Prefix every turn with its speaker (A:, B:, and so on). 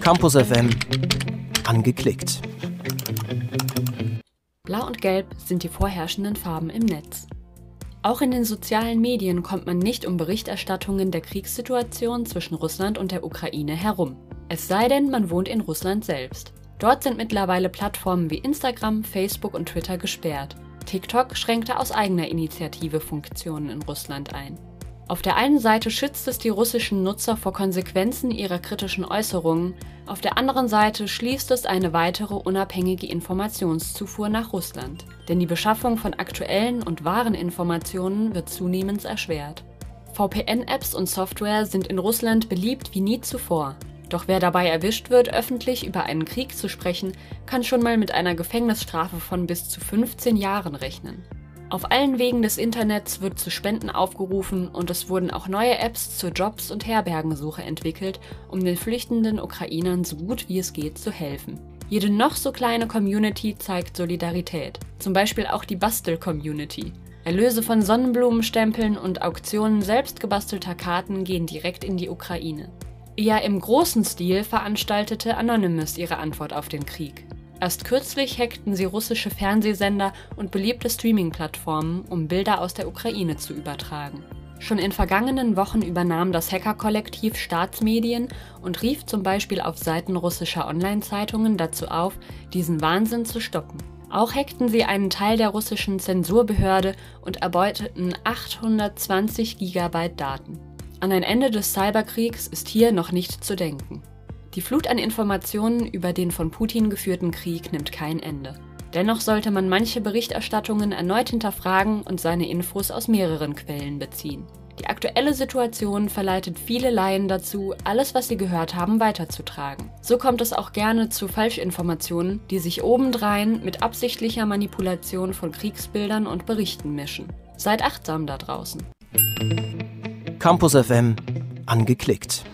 A: Campus FM angeklickt.
B: Blau und Gelb sind die vorherrschenden Farben im Netz. Auch in den sozialen Medien kommt man nicht um Berichterstattungen der Kriegssituation zwischen Russland und der Ukraine herum. Es sei denn, man wohnt in Russland selbst. Dort sind mittlerweile Plattformen wie Instagram, Facebook und Twitter gesperrt. TikTok schränkte aus eigener Initiative Funktionen in Russland ein. Auf der einen Seite schützt es die russischen Nutzer vor Konsequenzen ihrer kritischen Äußerungen, auf der anderen Seite schließt es eine weitere unabhängige Informationszufuhr nach Russland. Denn die Beschaffung von aktuellen und wahren Informationen wird zunehmend erschwert. VPN-Apps und Software sind in Russland beliebt wie nie zuvor. Doch wer dabei erwischt wird, öffentlich über einen Krieg zu sprechen, kann schon mal mit einer Gefängnisstrafe von bis zu 15 Jahren rechnen. Auf allen Wegen des Internets wird zu Spenden aufgerufen und es wurden auch neue Apps zur Jobs- und Herbergensuche entwickelt, um den flüchtenden Ukrainern so gut wie es geht zu helfen. Jede noch so kleine Community zeigt Solidarität, zum Beispiel auch die Bastel-Community. Erlöse von Sonnenblumenstempeln und Auktionen selbstgebastelter Karten gehen direkt in die Ukraine. Eher im großen Stil veranstaltete Anonymous ihre Antwort auf den Krieg. Erst kürzlich hackten sie russische Fernsehsender und beliebte Streaming-Plattformen, um Bilder aus der Ukraine zu übertragen. Schon in vergangenen Wochen übernahm das Hacker-Kollektiv Staatsmedien und rief zum Beispiel auf Seiten russischer Online-Zeitungen dazu auf, diesen Wahnsinn zu stoppen. Auch hackten sie einen Teil der russischen Zensurbehörde und erbeuteten 820 Gigabyte Daten. An ein Ende des Cyberkriegs ist hier noch nicht zu denken. Die Flut an Informationen über den von Putin geführten Krieg nimmt kein Ende. Dennoch sollte man manche Berichterstattungen erneut hinterfragen und seine Infos aus mehreren Quellen beziehen. Die aktuelle Situation verleitet viele Laien dazu, alles, was sie gehört haben, weiterzutragen. So kommt es auch gerne zu Falschinformationen, die sich obendrein mit absichtlicher Manipulation von Kriegsbildern und Berichten mischen. Seid achtsam da draußen.
A: Campus FM angeklickt.